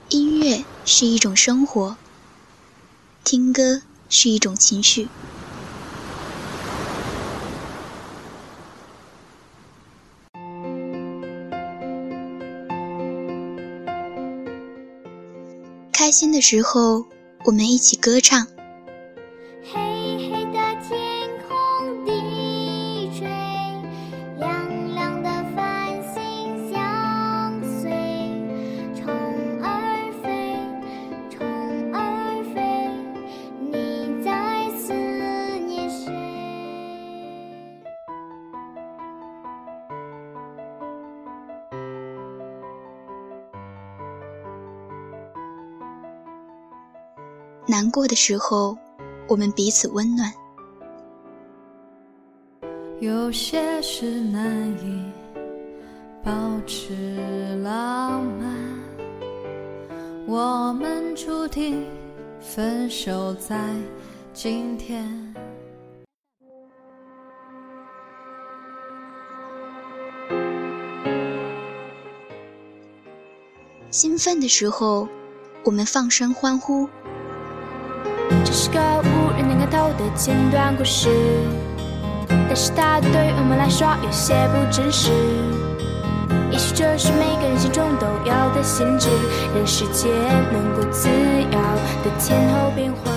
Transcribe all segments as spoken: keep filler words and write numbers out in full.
音乐是一种生活，听歌是一种情绪。开心的时候，我们一起歌唱。 黑黑的天空低垂，亮亮的繁星相随，虫儿飞，虫儿飞，你在思念谁？ 难过的时候，我们彼此温暖。 有些事难以保持浪漫，我们注定分手在今天。 兴奋的时候，我们放声欢呼。 这是个无人能看透的简短故事，但是它对于我们来说有些不真实。也许这是每个人心中都有的心智，让世界能够自由的前后变换。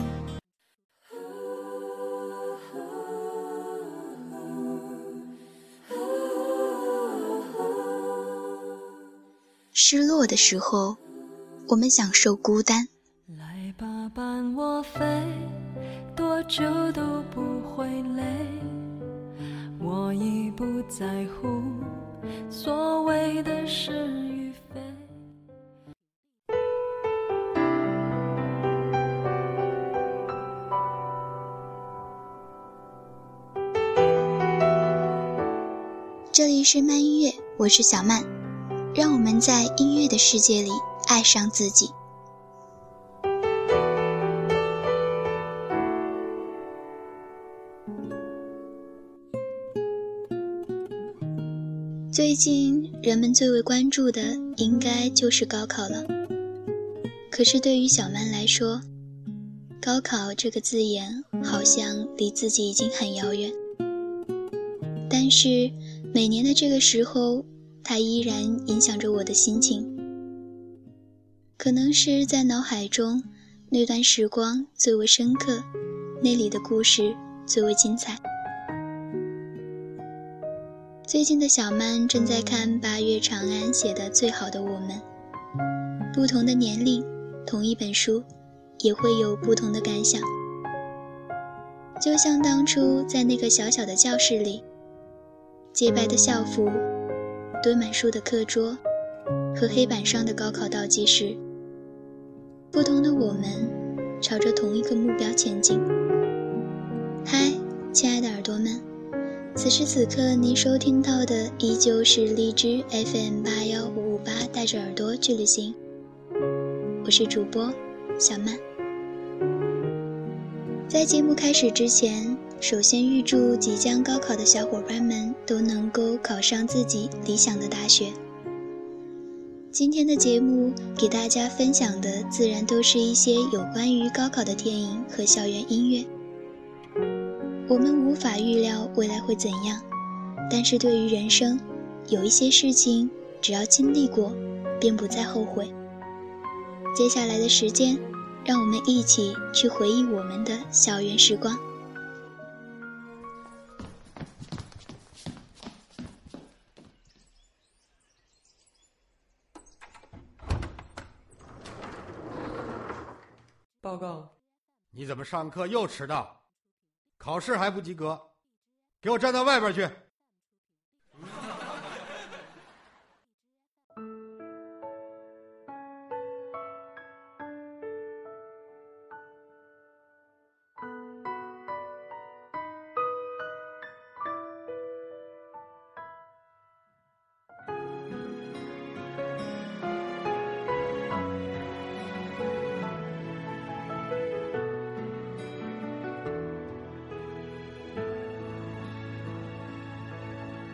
失落的时候，我们享受孤单。 来吧，伴我飞，多久都不会累，我已不在乎所谓的是与非。 这里是慢音乐，我是小曼，让我们在音乐的世界里爱上自己。最近人们最为关注的应该就是高考了。可是对于小曼来说，高考这个字眼好像离自己已经很遥远。但是每年的这个时候，它依然影响着我的心情。可能是在脑海中，那段时光最为深刻，那里的故事最为精彩。最近的小曼正在看八月长安写的《最好的我们》。不同的年龄，同一本书，也会有不同的感想。就像当初在那个小小的教室里，洁白的校服，堆满书的课桌和黑板上的高考倒计时，不同的我们朝着同一个目标前进。嗨，亲爱的耳朵们，此时此刻你收听到的依旧是荔枝 F M 八一五五八，带着耳朵去旅行。我是主播小曼。在节目开始之前，首先预祝即将高考的小伙伴们都能够考上自己理想的大学。今天的节目给大家分享的自然都是一些有关于高考的电影和校园音乐。我们无法预料未来会怎样，但是对于人生，有一些事情只要经历过，便不再后悔。接下来的时间，让我们一起去回忆我们的校园时光。 报告，你怎么上课又迟到？考试还不及格，给我站到外边去！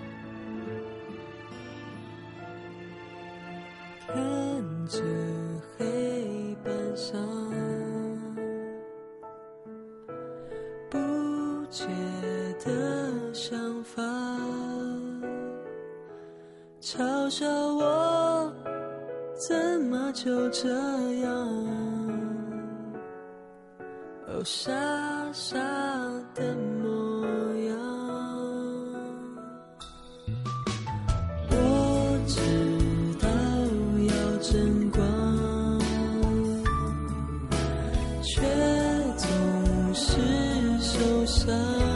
天之板上，不解的想法，嘲笑我怎么就这样，哦，傻傻的模样。我知道要争光，却总是受伤，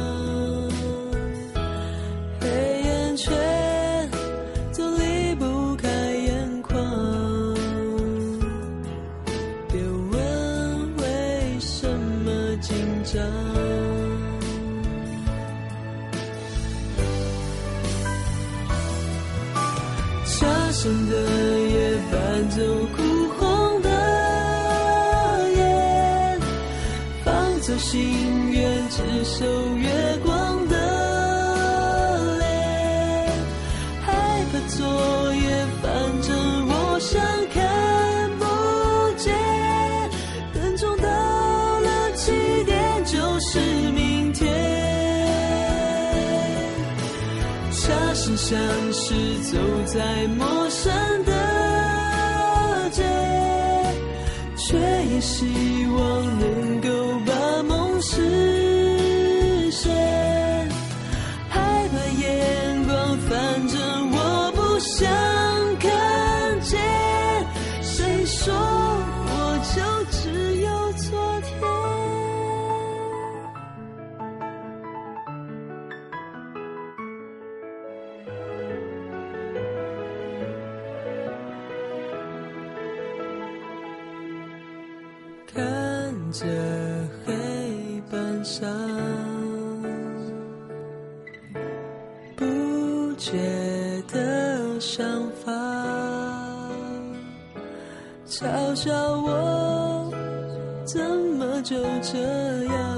黑眼圈都离不开眼眶，别问为什么紧张，茶声的夜伴奏枯红的眼，放走心愿，只收月光的脸，害怕昨夜，反正我想看不见，灯中到了七点就是明天，茶声像是走在陌生的街，却也希望能够把梦实现，害怕眼光，反正我不想看见，谁说我就只有昨天。看着黑板上不解的想法，嘲笑我怎么就这样，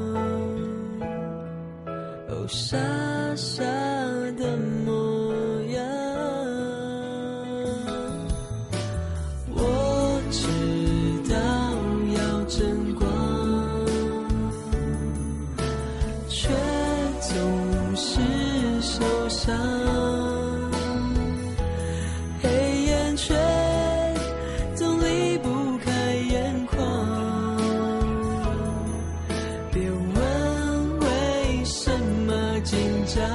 哦，傻傻的模样。我知道要争光，却总是受伤，黑眼圈总离不开眼眶，别问为什么紧张，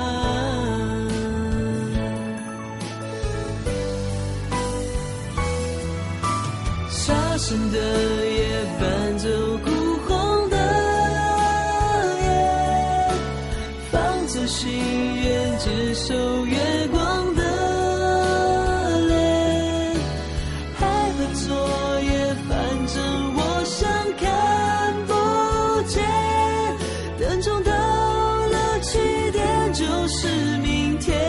茶声的夜伴奏枯红的眼，放走心愿，只收月光的脸，害怕昨夜，反正我想看不见，灯中到了七点就是明天，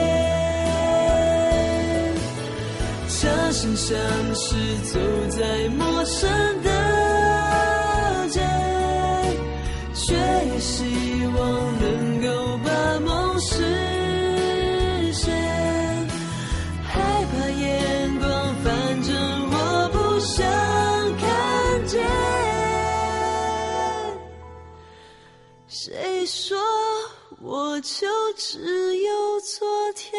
茶声像是走在陌生的街，却也希望能够把梦实现，害怕眼光，反正我不想看见，谁说我就只有昨天。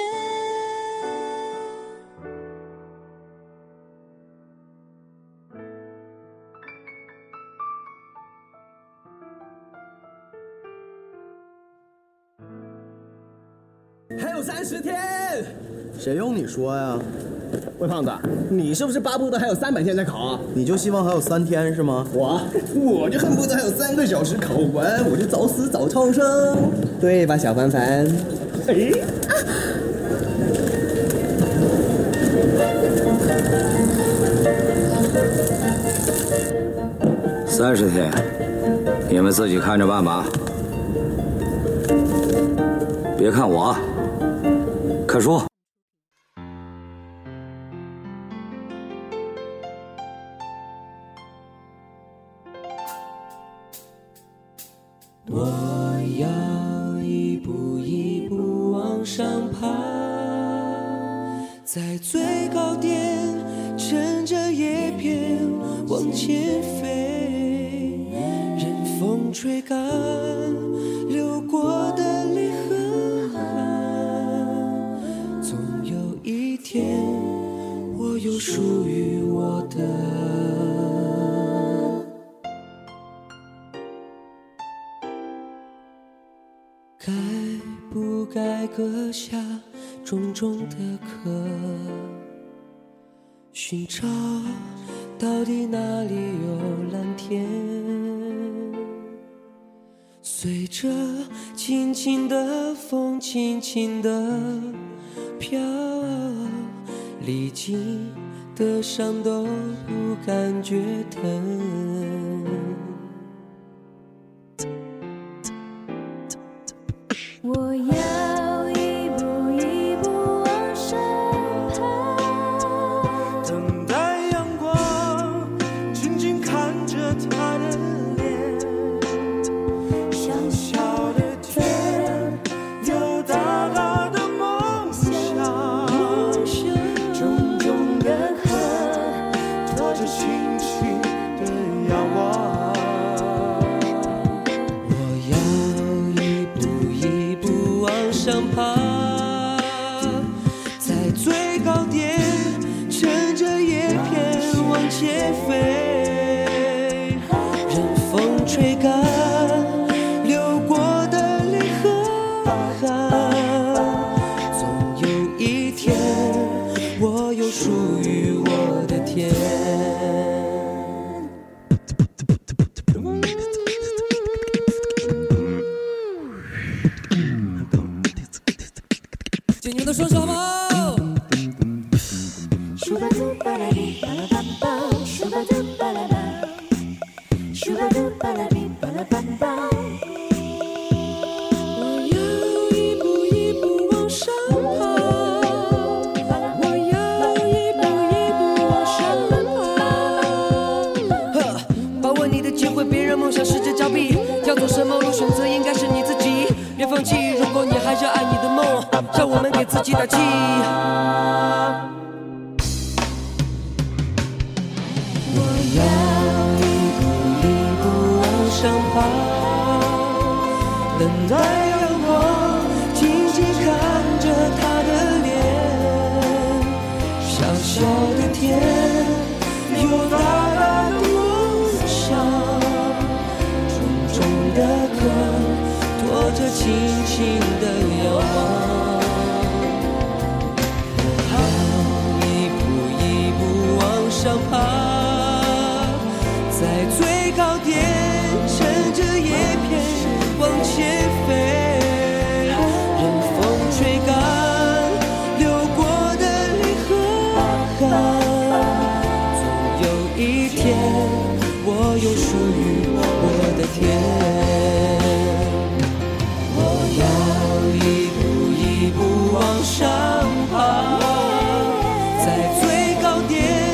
还有三十天， 谁用你说呀？ 魏胖子，你是不是巴不得还有三百天再考啊？ 你就希望还有三天是吗？ 我我就恨不得还有三个小时考完，我就早死早超生，对吧，小凡凡？哎， 三十天，你们自己看着办吧。别看我，看书。 我要一步一步往上爬，在最高点乘着叶片往前飞，任风吹干流过的泪和汗，总有一天我有属于我的。该不该割下重重的壳，寻找到底哪里有蓝天？随着轻轻的风，轻轻的飘，历经的伤都不感觉疼。 我要一步一步往上爬， 等待阳光，静静看着他的脸。小小的天，有大大的梦想，重重的河，拖着轻轻的仰望。上爬，在最高点，乘着叶片往前飞，任风吹干流过的泪和汗，总有一天，我有属于我的天。 坚定的双手吧！ 我要一步一步往上爬，我要一步一步往上爬。把握你的机会，别让梦想失之交臂。要走什么路，选择应该是你自己。别放弃，如果你还热爱你的梦，让我们给自己打气。 我要一步一步往上爬，等待阳光，静静看着他的脸。小小的天，有大大的梦想，重重的壳，拖着轻轻的仰望。上爬，在最高点，乘着叶片往前飞，任风吹干流过的泪和汗，总有一天，我有属于我的天。我要一步一步往上爬，在最高点。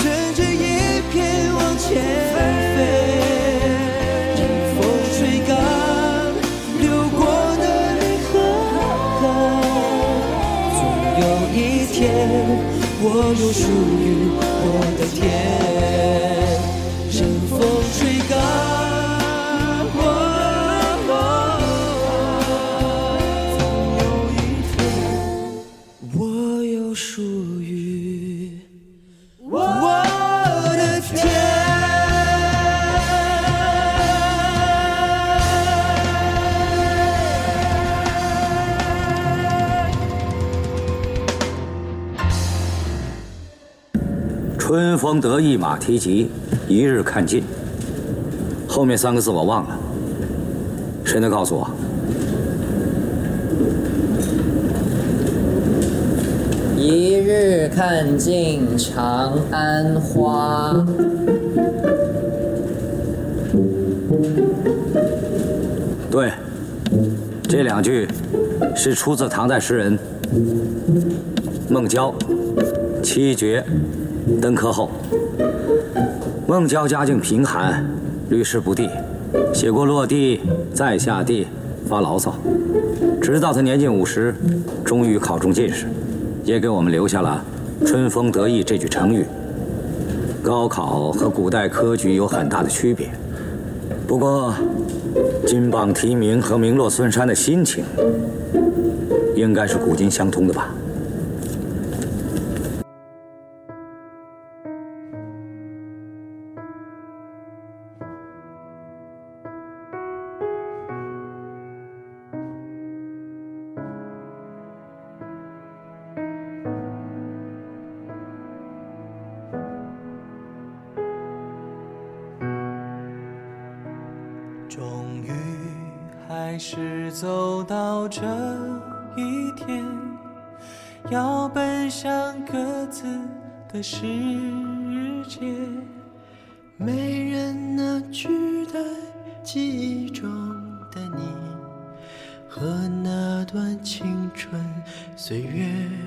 前飞，任风吹干流过的泪和汗，总有一天，我有属于我的天。任风吹干，总有一天，我有属于我的天。 春风得意马蹄疾，一日看尽。后面三个字我忘了，谁能告诉我？ 一日看尽长安花。 对，这两句是出自唐代诗人孟郊《七绝·登科后》。孟郊家境贫寒，屡试不第，写过落地再下地，发牢骚。直到他年近五十，终于考中进士，也给我们留下了“春风得意”这句成语， 高考和古代科举有很大的区别，不过金榜题名和名落孙山的心情，应该是古今相通的吧。 终于还是走到这一天，要奔向各自的世界，没人能取代记忆中的你和那段青春岁月。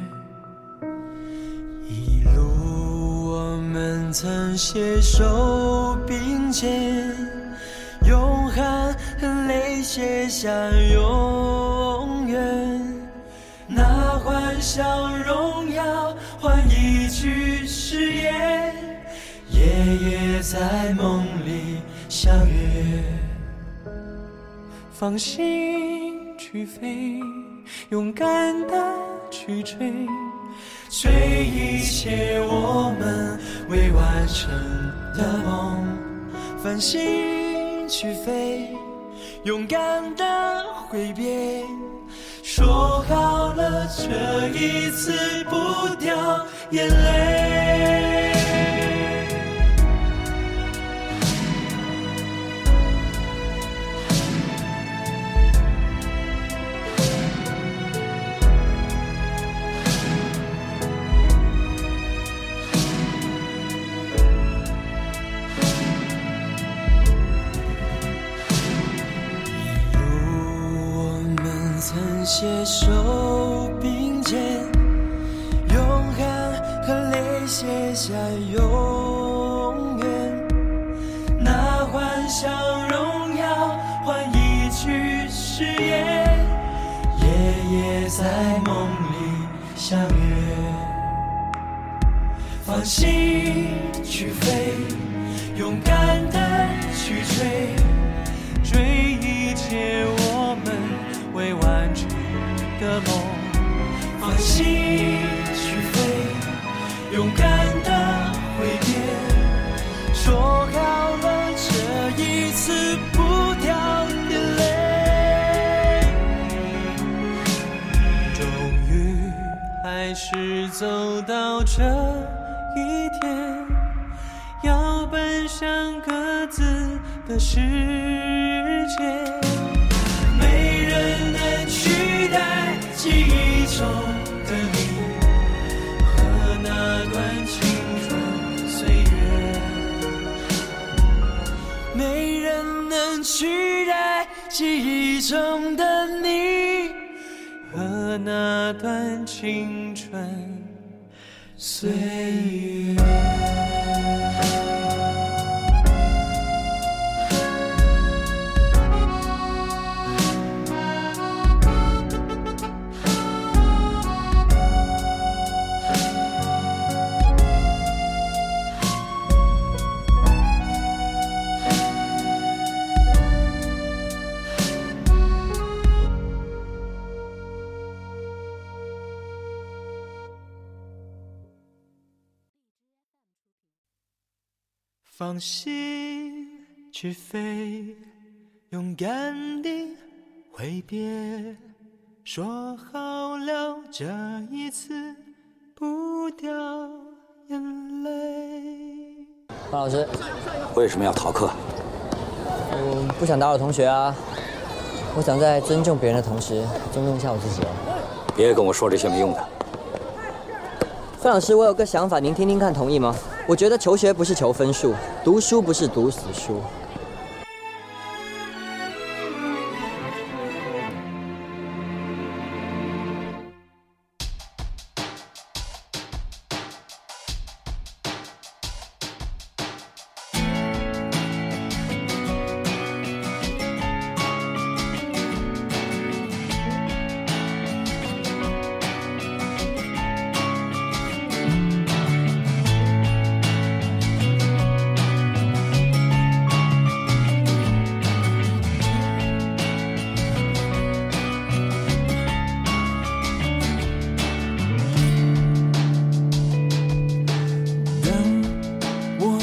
一路我们曾携手并肩，用汗和泪写下永远，那欢笑荣耀换一曲誓言，夜夜在梦里相约。放心去飞，勇敢地去追，追一切我们未完成的梦。放心去飞，勇敢地挥别，说好了这一次不掉眼泪。携手并肩，用汗和泪写下永远，那欢笑荣耀换一曲誓言，夜夜在梦里相约。放心去飞，勇敢地去追，追一切我们未完成的梦。放心去飞，勇敢地挥别，说好了这一次不掉眼泪。终于还是走到这一天，要奔向各自的世界，没人能取代记忆中的你和那段青春岁月，没人能取代记忆中的你和那段青春岁月。放心去飞，勇敢地挥别，说好了这一次不掉眼泪。 方老师， 为什么要逃课？ 我不想打扰同学啊，我想在尊重别人的同时，尊重一下我自己哦。 别跟我说这些没用的。 范老师，我有个想法，您听听看，同意吗？我觉得求学不是求分数，读书不是读死书。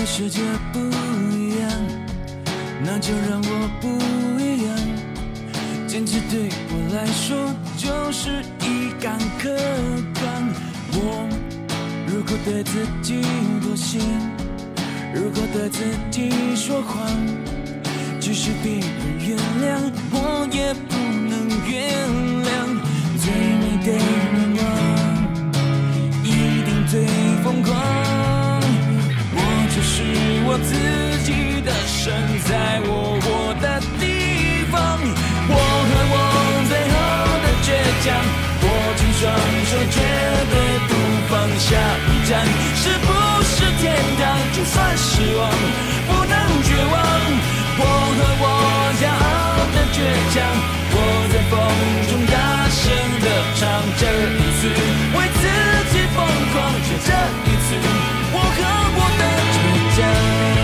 世界不一样，那就让我不一样。坚持对我来说就是一杆客观。我如果对自己妥协，如果对自己说谎，即使别人原谅，我也不能原谅。最美的愿望一定最疯狂，我就是我自己的神，在我活的地方。我和我最后的倔强，握紧双手绝对不放下。一站是不是天堂？就算失望不能绝望。我和我骄傲的倔强，我在风中大声地唱。这一次为自己疯狂，就这一次我和我的倔强。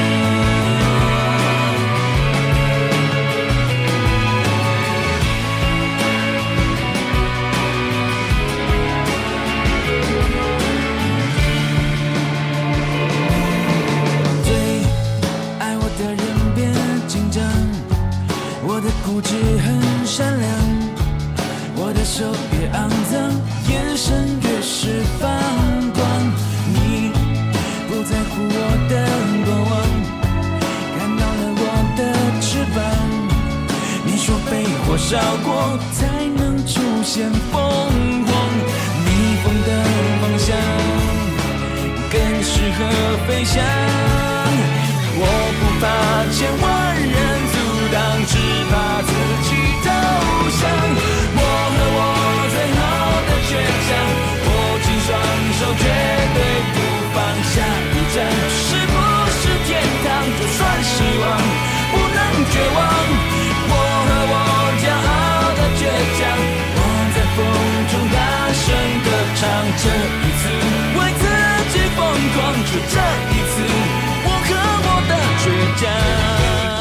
固执很善良，我的手越肮脏，眼神越是放光。你不在乎我的过往，看到了我的翅膀。你说被火烧过才能出现凤凰，逆风的方向更适合飞翔。我不怕千万人阻挡，只怕自己投降。我和我最后的倔强，握紧双手绝对不放下。一站是不是天堂？就算失望不能绝望。我和我骄傲的倔强，我在风中大声地唱。这一次为自己疯狂，就这一次我和我的倔强。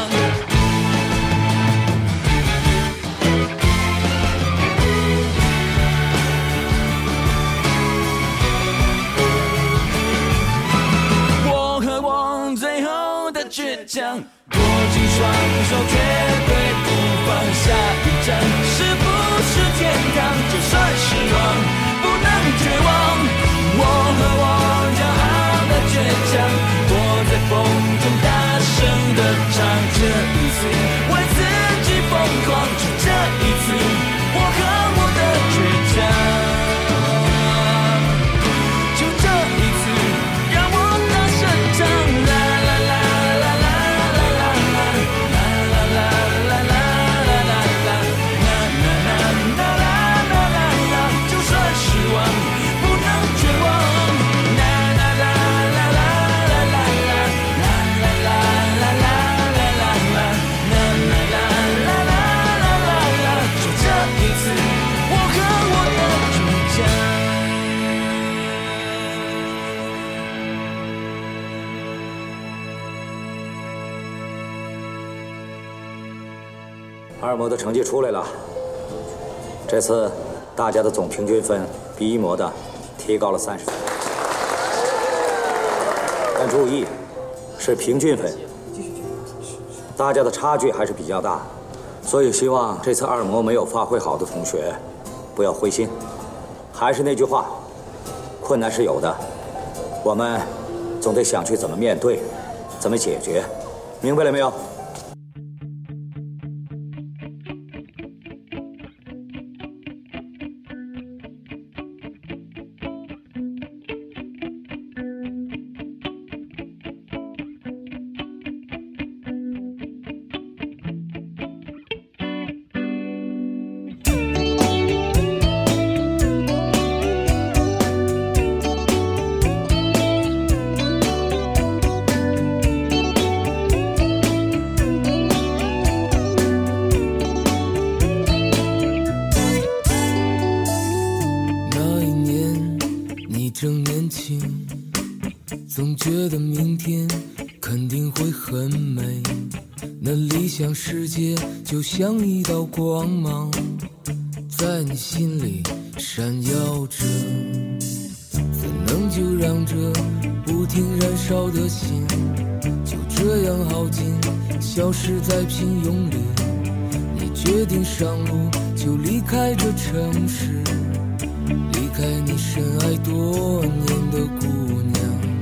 倔强，握紧双手绝对不放下。一站是不是天堂？就算失望不能绝望。我和我骄傲的倔强，我在风中大声地唱。这一次为自己疯狂，就这一次我和我的倔强。就这一次让我大声唱。啦啦啦二模的成绩出来了，这次大家的总平均分比一模的提高了三十分。但注意，是平均分，大家的差距还是比较大，所以希望这次二模没有发挥好的同学不要灰心。还是那句话，困难是有的，我们总得想去怎么面对，怎么解决，明白了没有？ 总觉得明天肯定会很美，那理想世界就像一道光芒，在你心里闪耀着，怎能就让这不停燃烧少的心就这样耗尽，消失在平庸里。你决定上路，就离开这城市，离开你深爱多年的姑娘。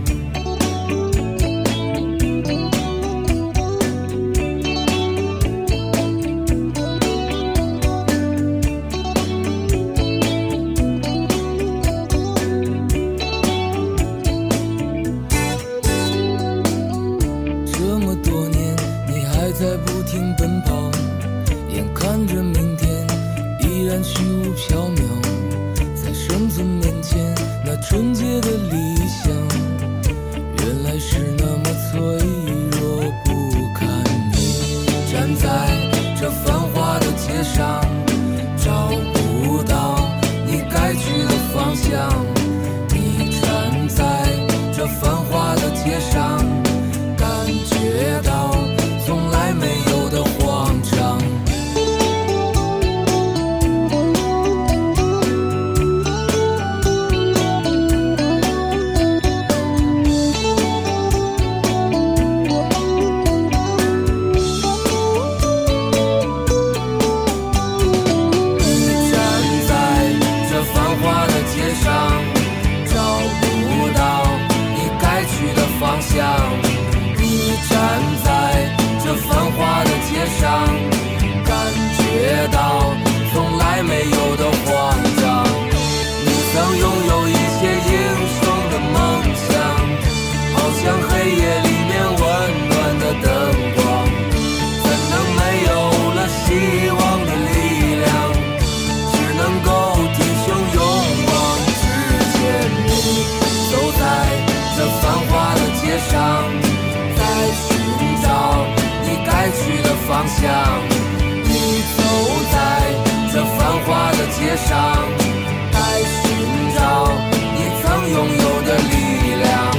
在不停奔跑，眼看着明天依然虚无缥缈，在生存面前那纯洁的理想原来是那么脆弱不堪。你站在这繁华的街上，找不到你该去的方向。你站在这繁华的街上，感觉到从来没有的慌张。你站在这繁华的街上，找不到你该去的方向。你站在这繁华的街上，感觉到从来没有的慌张。你曾拥有一些英雄的梦想，好像黑夜里面温暖的灯光，怎能没有了希望的力量，只能够挺胸勇往直前。你走在这繁华的街上，在寻找该去的方向。你走在这繁华的街上，在寻找你曾拥有的力量。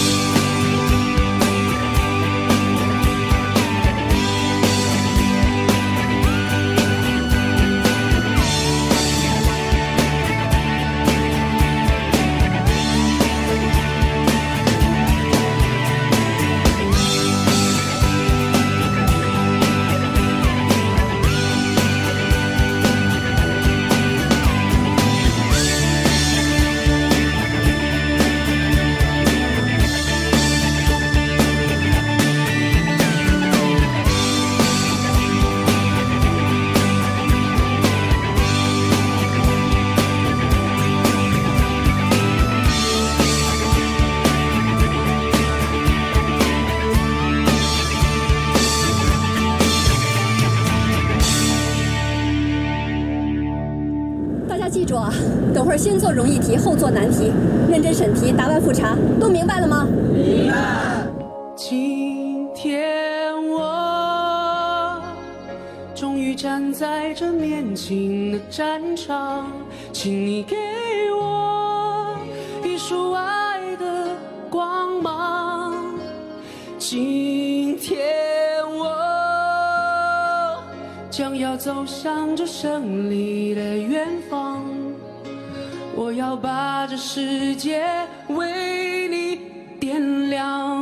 等会儿先做容易题，后做难题，认真审题，答完复查，都明白了吗？明白。 今天我终于站在这年轻的战场，请你给我一束爱的光芒。今天我将要走向这胜利的远方，我要把这世界为你点亮。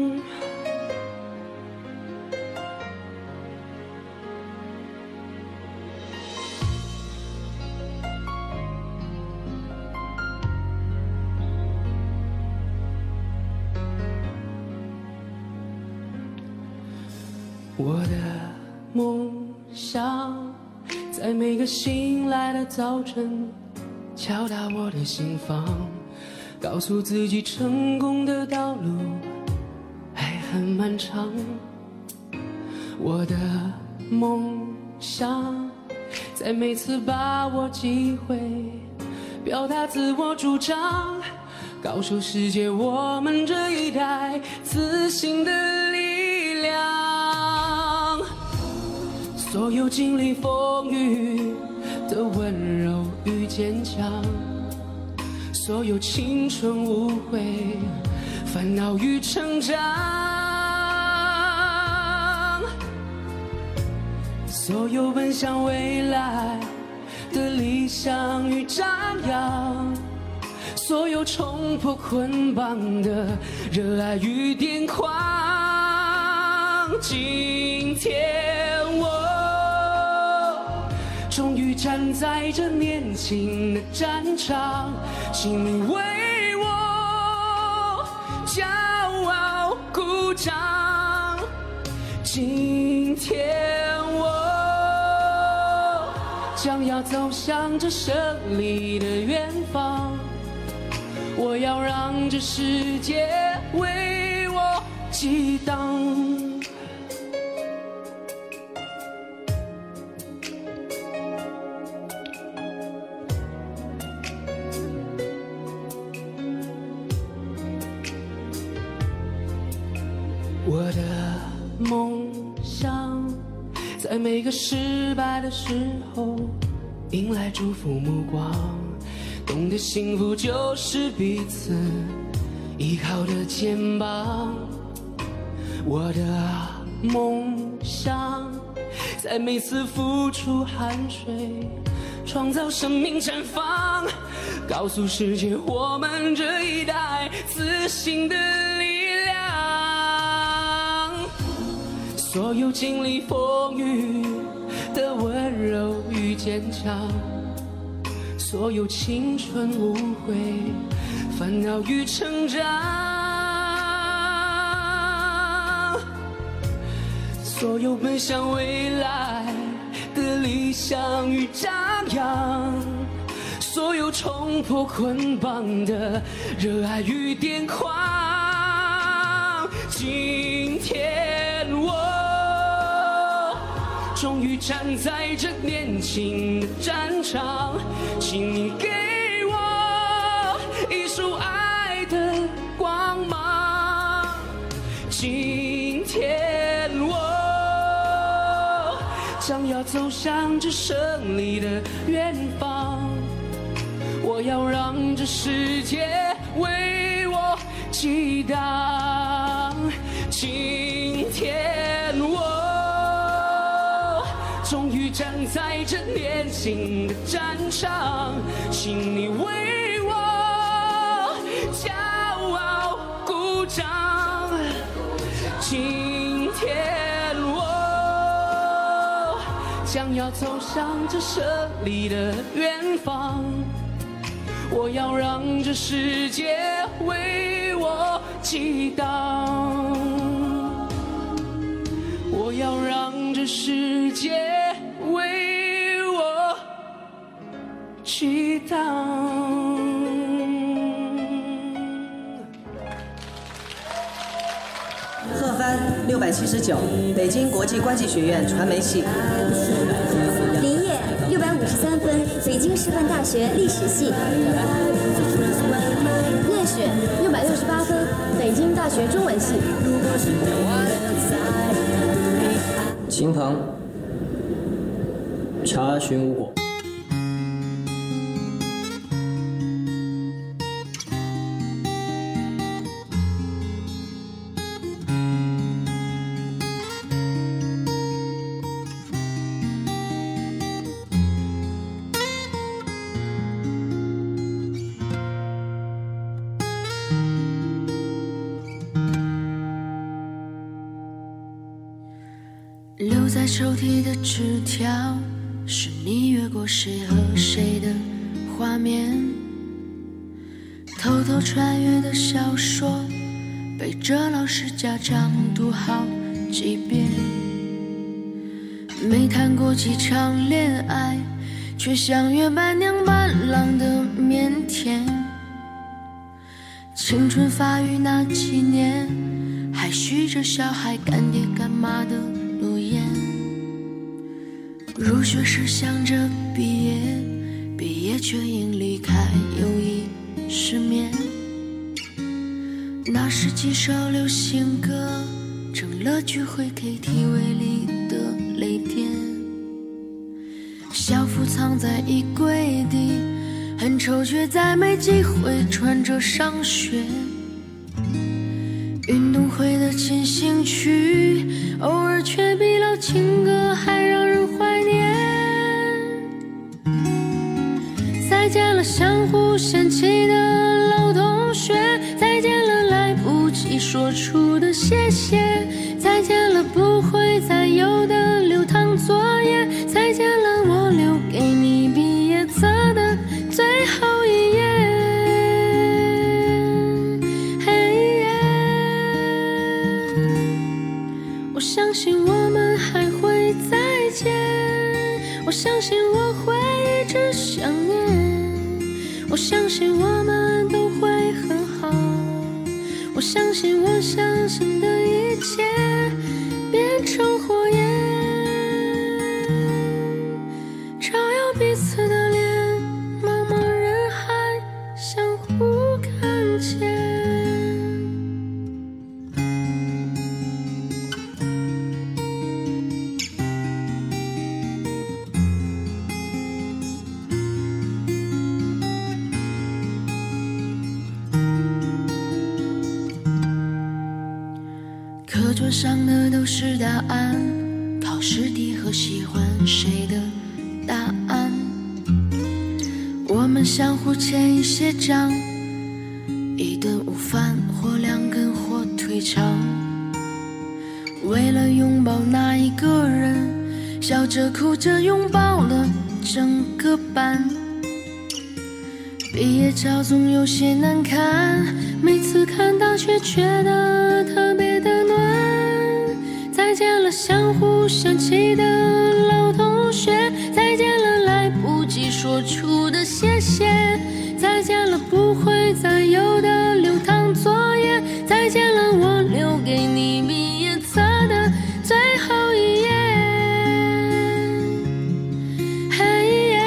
我的梦想在每个醒来的早晨敲打我的心房，告诉自己成功的道路还很漫长。我的梦想在每次把握机会表达自我主张，告诉世界我们这一代自信的力量。所有经历风雨的温柔与坚强，所有青春无悔烦恼与成长，所有奔向未来的理想与张扬， 所有冲破捆绑的热爱与癫狂。今天我终于站在这年轻的战场，请你为我骄傲鼓掌。今天我将要走向这胜利的远方，我要让这世界为我激荡。我的梦想在每个失败的时候迎来祝福目光，懂得幸福就是彼此依靠的肩膀。我的梦想在每次付出汗水创造生命绽放，告诉世界我们这一代自信的力量。所有经历风雨的温柔与坚强，所有青春无悔烦恼与成长，所有奔向未来的理想与张扬，所有冲破捆绑的热爱与癫狂。今天我终于站在这年轻的战场，请你给我一束爱的光芒。今天我将要走向这胜利的远方，我要让这世界为我激荡。今天我终于站在这年轻的战场，请你为我骄傲鼓掌。今天我将要走向这胜利的远方，我要让这世界为我激荡，我要让这世界为我激荡。 贺帆六百七十九，北京国际关系学院传媒系。 林烨六百五十三分，北京师范大学历史系。聂雪六百六十八分，北京大学中文系。 秦鹏，查询无果。 留在抽屉的纸条，是你越过谁和谁的画面。偷偷穿越的小说，背着老师家长读好几遍。没谈过几场恋爱，却像约伴娘伴郎的腼腆。青春发育那几年，还许着小孩干爹干妈的诺言。入学时想着毕业，毕业却因离开友谊失眠。那时几首流行歌成了聚会 K T V 里的泪点。校服藏在衣柜底，很丑却再没机会穿着上学。运动会的进行曲，偶尔却比老情歌还让人怀念。再见了相互嫌弃的及说出的谢谢，再见了不会再有的流淌作业，再见了我留给你毕业册的最后一页。嘿耶，我相信我们还会再见，我相信我会一直想念，我相信我们都会很好，我相信我相信的一切变成火焰，照耀彼此的脸，茫茫人海相互看见。课桌上的都是答案，考试题和喜欢谁的答案，我们相互欠一些账，一顿午饭或两根火腿肠，为了拥抱那一个人，笑着哭着拥抱了整个班。毕业照总有些难看，每次看到却觉得特别的暖。再见了相互想起的老同学，再见了来不及说出的谢谢，再见了不会再有的流淌作业，再见了我留给你毕业册的最后一页。嘿耶，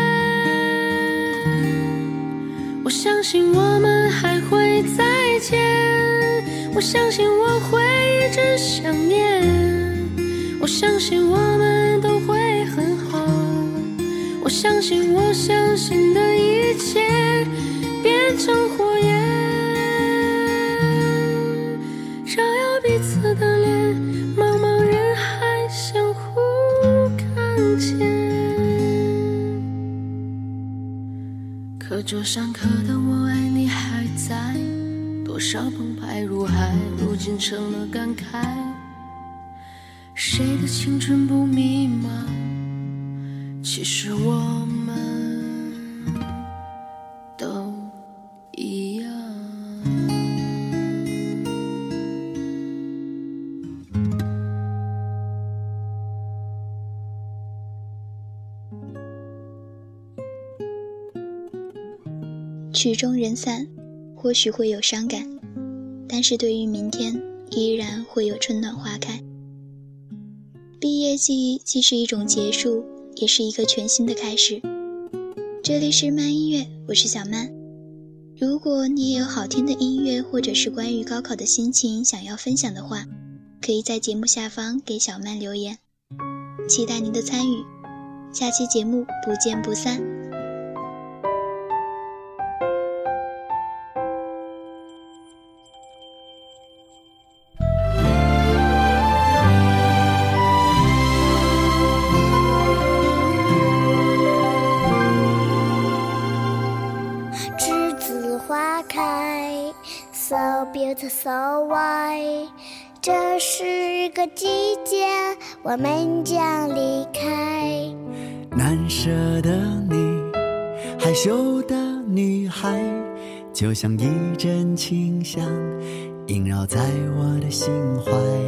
我相信我们还会再见，我相信我会一直想念，我相信我们都会很好，我相信我相信的一切变成火焰，照耀彼此的脸，茫茫人海相互看见。课桌上刻的我爱你还在，多少澎湃如海，如今成了感慨。谁的青春不迷茫？其实我们都一样。 曲终人散，或许会有伤感，但是对于明天，依然会有春暖花开。毕业季既是一种结束，也是一个全新的开始。这里是慢音乐，我是小曼。如果你也有好听的音乐，或者是关于高考的心情想要分享的话，可以在节目下方给小曼留言，期待您的参与。下期节目不见不散。 So beautiful, so white。 这是个季节，我们将离开。 难舍的你，害羞的女孩，就像一阵清香，萦绕在我的心怀。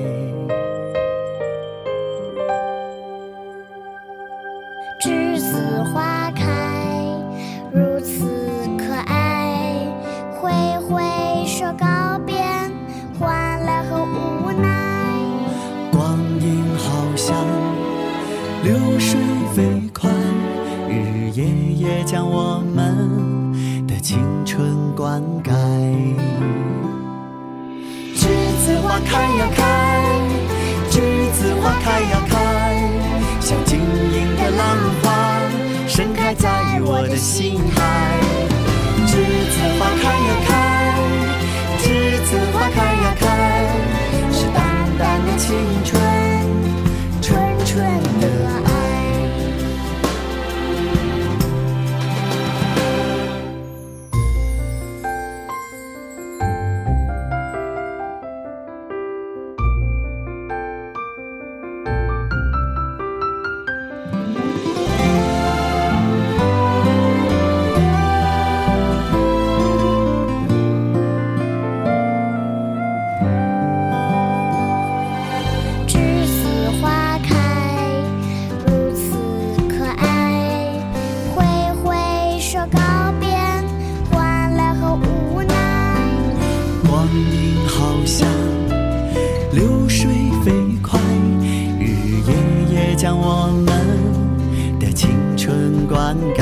栀子花开，如此可爱，挥挥手告别，欢乐和无奈。 光阴好像流水飞快，日日夜夜将我们的青春灌溉。栀子花开呀开，栀子花开呀开，像晶莹的浪花盛开在我的心海。栀子花开呀开，栀子花开呀开，是淡淡的青春，纯纯的爱。 好像流水飞快，日日夜夜将我们的青春灌溉。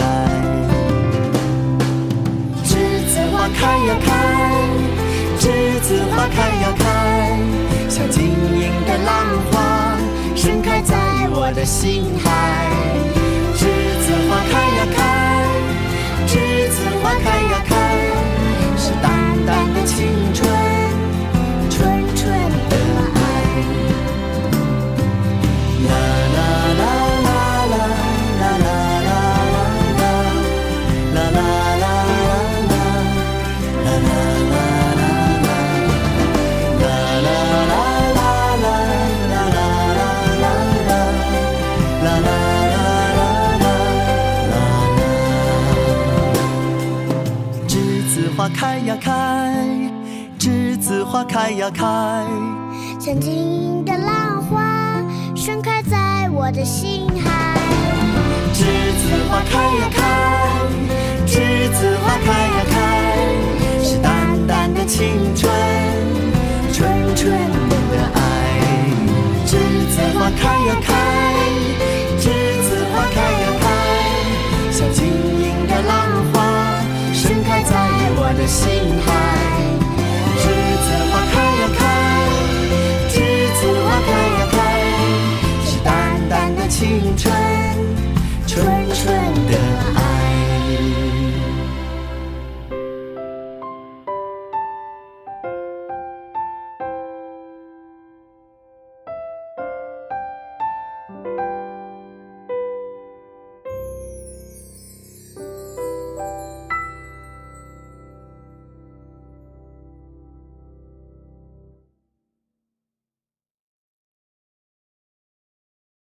栀子花开呀开，栀子花开呀开，像晶莹的浪花盛开在我的心海。栀子花开呀开，栀子花开呀开，是淡淡的青春，纯纯的爱。啦啦啦啦啦啦啦啦啦啦啦啦啦啦花开呀开，栀子花开呀开， 像晶莹的浪花盛开在我的心海。 栀子花开呀开，栀子花开呀开，是淡淡的青春，纯纯的爱。栀子花开呀开，栀子花开呀开，像晶莹的浪花盛开在我的心海。